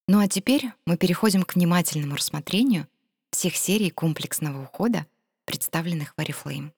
Ну а теперь мы переходим к внимательному рассмотрению всех серий комплексного ухода, представленных в Oriflame.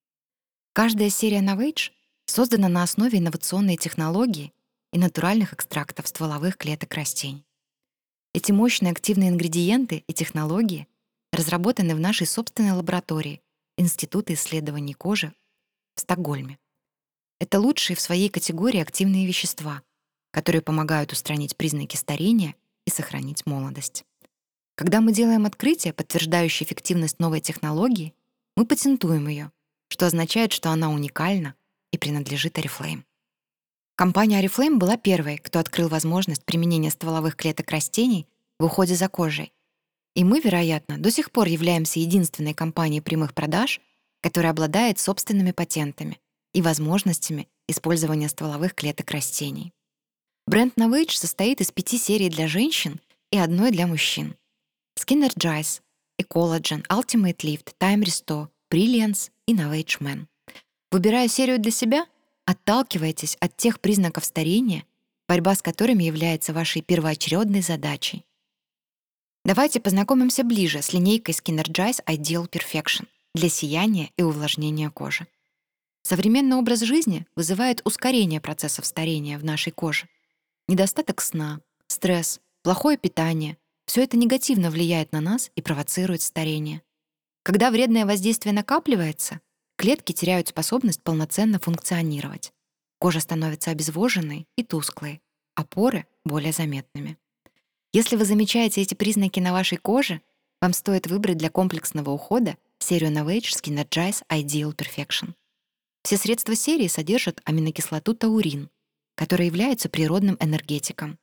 Каждая серия Novage создана на основе инновационной технологии и натуральных экстрактов стволовых клеток растений. Эти мощные активные ингредиенты и технологии разработаны в нашей собственной лаборатории Института исследований кожи в Стокгольме. Это лучшие в своей категории активные вещества, которые помогают устранить признаки старения и сохранить молодость. Когда мы делаем открытие, подтверждающее эффективность новой технологии, мы патентуем ее, что означает, что она уникальна и принадлежит Oriflame. Компания Oriflame была первой, кто открыл возможность применения стволовых клеток растений в уходе за кожей. И мы, вероятно, до сих пор являемся единственной компанией прямых продаж, которая обладает собственными патентами и возможностями использования стволовых клеток растений. Бренд Novage состоит из 5 серий для женщин и одной для мужчин. Skinergize, Ecologen, Ultimate Lift, Time Restore, Brilliance и Novage Men. Выбирая серию для себя, отталкивайтесь от тех признаков старения, борьба с которыми является вашей первоочередной задачей. Давайте познакомимся ближе с линейкой Skinergize Ideal Perfection для сияния и увлажнения кожи. Современный образ жизни вызывает ускорение процессов старения в нашей коже. Недостаток сна, стресс, плохое питание — все это негативно влияет на нас и провоцирует старение. Когда вредное воздействие накапливается, клетки теряют способность полноценно функционировать. Кожа становится обезвоженной и тусклой, а поры — более заметными. Если вы замечаете эти признаки на вашей коже, вам стоит выбрать для комплексного ухода серию Novage Skinergize Ideal Perfection. Все средства серии содержат аминокислоту таурин, которая является природным энергетиком.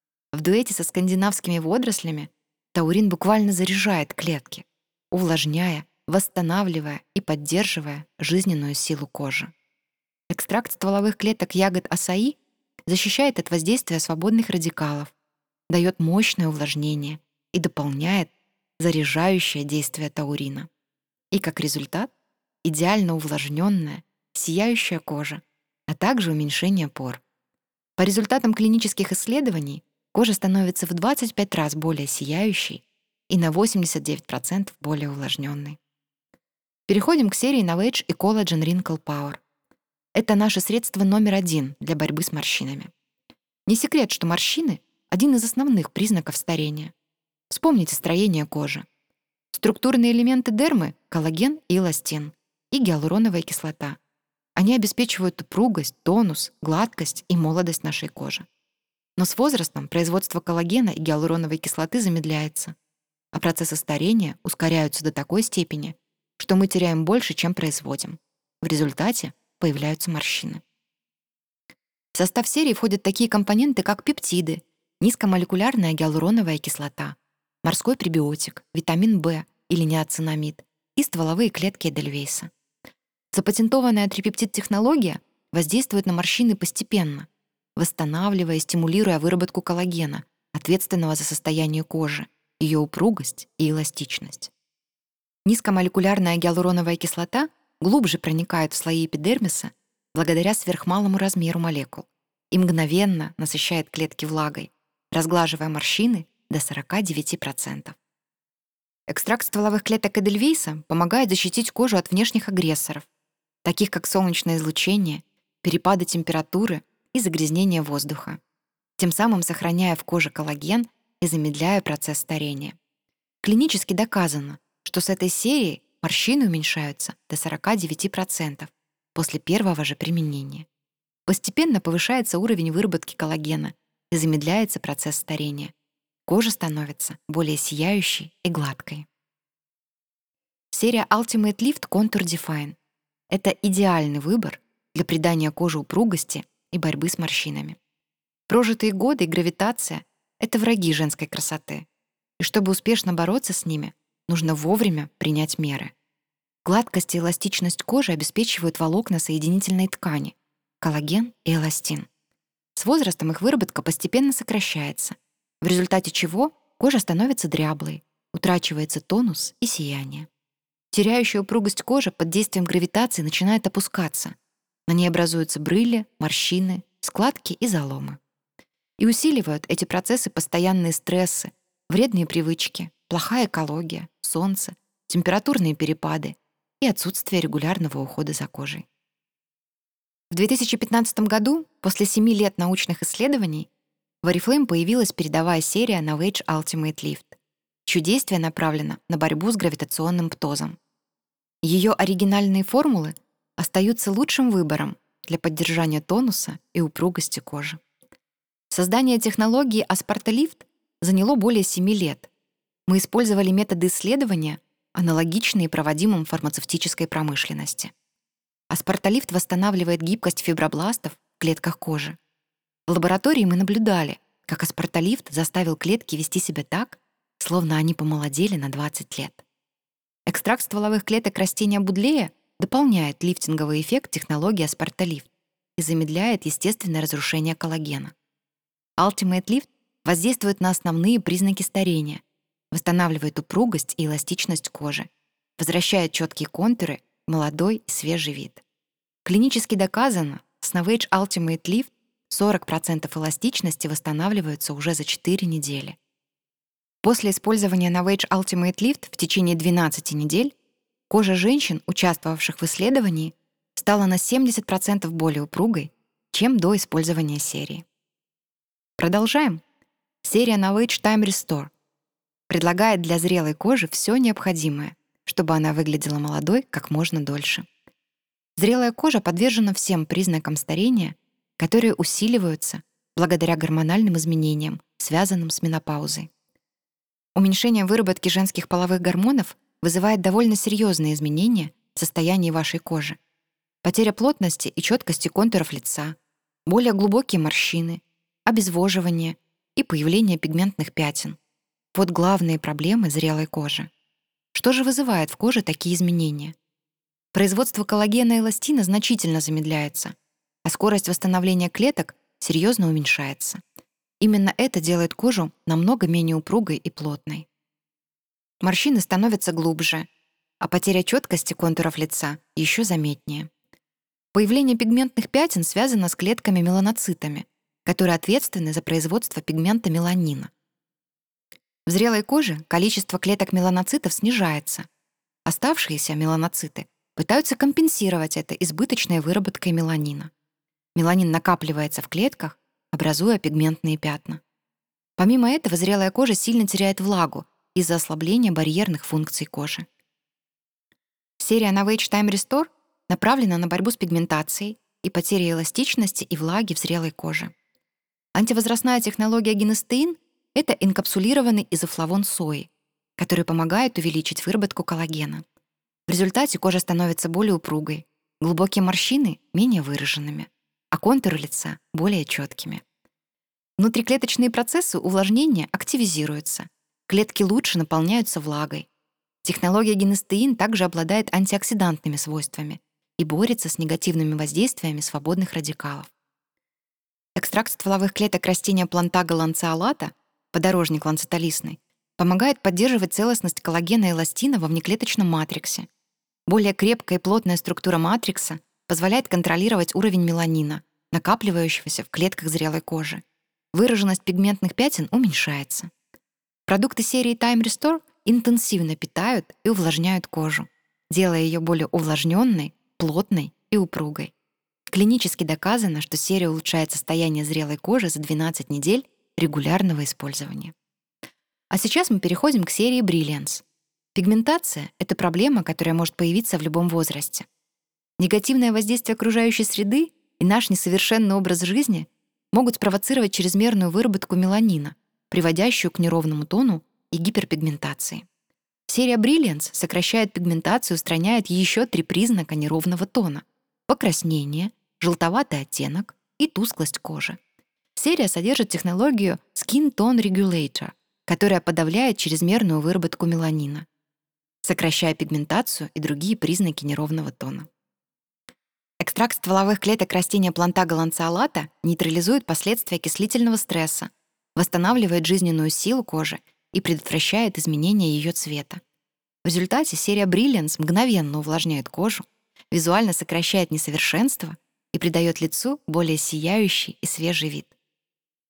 В дуэте со скандинавскими водорослями таурин буквально заряжает клетки, увлажняя, восстанавливая и поддерживая жизненную силу кожи. Экстракт стволовых клеток ягод асаи защищает от воздействия свободных радикалов, дает мощное увлажнение и дополняет заряжающее действие таурина. И как результат — идеально увлажненная, сияющая кожа, а также уменьшение пор. По результатам клинических исследований кожа становится в 25 раз более сияющей и на 89% более увлажненной. Переходим к серии Novage Ecologen Wrinkle Power. Это наше средство номер 1 для борьбы с морщинами. Не секрет, что морщины — один из основных признаков старения. Вспомните строение кожи. Структурные элементы дермы — коллаген и эластин, и гиалуроновая кислота. Они обеспечивают упругость, тонус, гладкость и молодость нашей кожи. Но с возрастом производство коллагена и гиалуроновой кислоты замедляется, а процессы старения ускоряются до такой степени, что мы теряем больше, чем производим. В результате появляются морщины. В состав серии входят такие компоненты, как пептиды, низкомолекулярная гиалуроновая кислота, морской пребиотик, витамин В или неоцинамид и стволовые клетки Эдельвейса. Запатентованная трипептид-технология воздействует на морщины постепенно, восстанавливая и стимулируя выработку коллагена, ответственного за состояние кожи, ее упругость и эластичность. Низкомолекулярная гиалуроновая кислота глубже проникает в слои эпидермиса благодаря сверхмалому размеру молекул и мгновенно насыщает клетки влагой, разглаживая морщины до 49%. Экстракт стволовых клеток Эдельвейса помогает защитить кожу от внешних агрессоров, таких как солнечное излучение, перепады температуры и загрязнение воздуха, тем самым сохраняя в коже коллаген и замедляя процесс старения. Клинически доказано, что с этой серией морщины уменьшаются до 49% после первого же применения. Постепенно повышается уровень выработки коллагена и замедляется процесс старения. Кожа становится более сияющей и гладкой. Серия Ultimate Lift Contour Define — это идеальный выбор для придания коже упругости и борьбы с морщинами. Прожитые годы и гравитация — это враги женской красоты. И чтобы успешно бороться с ними, нужно вовремя принять меры. Гладкость и эластичность кожи обеспечивают волокна соединительной ткани, коллаген и эластин. С возрастом их выработка постепенно сокращается, в результате чего кожа становится дряблой, утрачивается тонус и сияние. Теряющая упругость кожи под действием гравитации начинает опускаться. На ней образуются брыли, морщины, складки и заломы. И усиливают эти процессы постоянные стрессы, вредные привычки, плохая экология, солнце, температурные перепады и отсутствие регулярного ухода за кожей. В 2015 году, после 7 лет научных исследований, в Oriflame появилась передовая серия Novage Ultimate Lift, чье действие направлено на борьбу с гравитационным птозом. Ее оригинальные формулы остаются лучшим выбором для поддержания тонуса и упругости кожи. Создание технологии Aspartalift заняло более 7 лет. Мы использовали методы исследования, аналогичные проводимым в фармацевтической промышленности. Aspartalift восстанавливает гибкость фибробластов в клетках кожи. В лаборатории мы наблюдали, как Aspartalift заставил клетки вести себя так, словно они помолодели на 20 лет. Экстракт стволовых клеток растения будлея дополняет лифтинговый эффект технологии Aspartalift и замедляет естественное разрушение коллагена. Ultimate Lift воздействует на основные признаки старения, восстанавливает упругость и эластичность кожи, возвращает четкие контуры, молодой и свежий вид. Клинически доказано, с Novage Ultimate Lift 40% эластичности восстанавливаются уже за 4 недели. После использования Novage Ultimate Lift в течение 12 недель кожа женщин, участвовавших в исследовании, стала на 70% более упругой, чем до использования серии. Продолжаем. Серия Novage Time Restore предлагает для зрелой кожи все необходимое, чтобы она выглядела молодой как можно дольше. Зрелая кожа подвержена всем признакам старения, которые усиливаются благодаря гормональным изменениям, связанным с менопаузой. Уменьшение выработки женских половых гормонов вызывает довольно серьезные изменения в состоянии вашей кожи. Потеря плотности и четкости контуров лица, более глубокие морщины, обезвоживание и появление пигментных пятен. Вот главные проблемы зрелой кожи. Что же вызывает в коже такие изменения? Производство коллагена и эластина значительно замедляется, а скорость восстановления клеток серьезно уменьшается. Именно это делает кожу намного менее упругой и плотной. Морщины становятся глубже, а потеря четкости контуров лица еще заметнее. Появление пигментных пятен связано с клетками-меланоцитами, которые ответственны за производство пигмента меланина. В зрелой коже количество клеток меланоцитов снижается. Оставшиеся меланоциты пытаются компенсировать это избыточной выработкой меланина. Меланин накапливается в клетках, образуя пигментные пятна. Помимо этого, зрелая кожа сильно теряет влагу из-за ослабления барьерных функций кожи. Серия Novage Time Restore направлена на борьбу с пигментацией и потерей эластичности и влаги в зрелой коже. Антивозрастная технология генестеин — это инкапсулированный изофлавон сои, который помогает увеличить выработку коллагена. В результате кожа становится более упругой, глубокие морщины — менее выраженными, а контуры лица — более четкими. Внутриклеточные процессы увлажнения активизируются, клетки лучше наполняются влагой. Технология генестеин также обладает антиоксидантными свойствами и борется с негативными воздействиями свободных радикалов. Экстракт стволовых клеток растения Plantago lanceolata, подорожник ланцетолистный, помогает поддерживать целостность коллагена и эластина во внеклеточном матриксе. Более крепкая и плотная структура матрикса позволяет контролировать уровень меланина, накапливающегося в клетках зрелой кожи. Выраженность пигментных пятен уменьшается. Продукты серии Time Restore интенсивно питают и увлажняют кожу, делая ее более увлажненной, плотной и упругой. Клинически доказано, что серия улучшает состояние зрелой кожи за 12 недель регулярного использования. А сейчас мы переходим к серии Brilliance. Пигментация — это проблема, которая может появиться в любом возрасте. Негативное воздействие окружающей среды и наш несовершенный образ жизни могут спровоцировать чрезмерную выработку меланина, приводящую к неровному тону и гиперпигментации. Серия Brilliance сокращает пигментацию и устраняет еще 3 признака неровного тона — покраснение, желтоватый оттенок и тусклость кожи. Серия содержит технологию Skin Tone Regulator, которая подавляет чрезмерную выработку меланина, сокращая пигментацию и другие признаки неровного тона. Экстракт стволовых клеток растения Plantago lanceolata нейтрализует последствия окислительного стресса, восстанавливает жизненную силу кожи и предотвращает изменения ее цвета. В результате серия Brilliance мгновенно увлажняет кожу, визуально сокращает несовершенства и придает лицу более сияющий и свежий вид.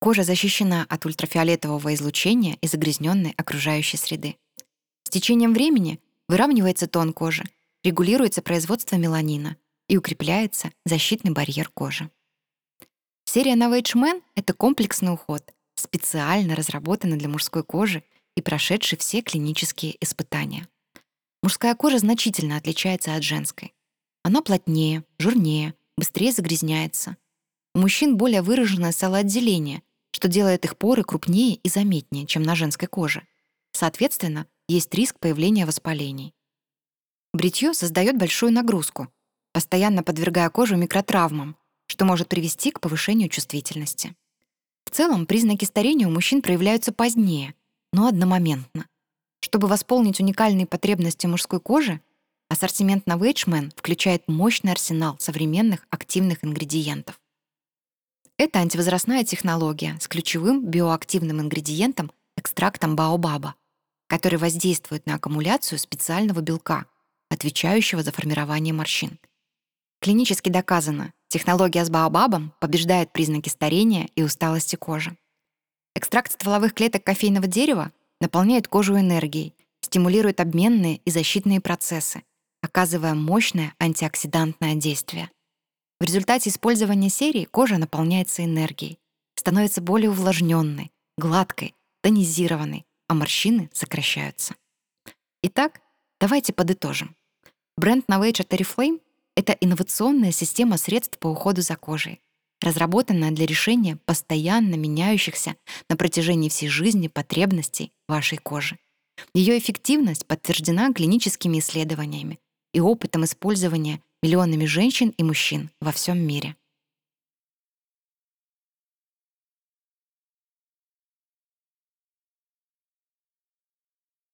Кожа защищена от ультрафиолетового излучения и загрязненной окружающей среды. С течением времени выравнивается тон кожи, регулируется производство меланина и укрепляется защитный барьер кожи. Серия Novage Men — это комплексный уход, специально разработанный для мужской кожи и прошедший все клинические испытания. Мужская кожа значительно отличается от женской. Она плотнее, жирнее, быстрее загрязняется. У мужчин более выраженное солоотделение, что делает их поры крупнее и заметнее, чем на женской коже. Соответственно, есть риск появления воспалений. Бритье создает большую нагрузку, постоянно подвергая кожу микротравмам, что может привести к повышению чувствительности. В целом, признаки старения у мужчин проявляются позднее, но одномоментно. Чтобы восполнить уникальные потребности мужской кожи, ассортимент Novage Men включает мощный арсенал современных активных ингредиентов. Это антивозрастная технология с ключевым биоактивным ингредиентом экстрактом баобаба, который воздействует на аккумуляцию специального белка, отвечающего за формирование морщин. Клинически доказано, технология с баобабом побеждает признаки старения и усталости кожи. Экстракт стволовых клеток кофейного дерева наполняет кожу энергией, стимулирует обменные и защитные процессы, оказывая мощное антиоксидантное действие. В результате использования серии кожа наполняется энергией, становится более увлажненной, гладкой, тонизированной, а морщины сокращаются. Итак, давайте подытожим. Бренд Novage от Oriflame — это инновационная система средств по уходу за кожей, разработанная для решения постоянно меняющихся на протяжении всей жизни потребностей вашей кожи. Ее эффективность подтверждена клиническими исследованиями и опытом использования миллионами женщин и мужчин во всем мире.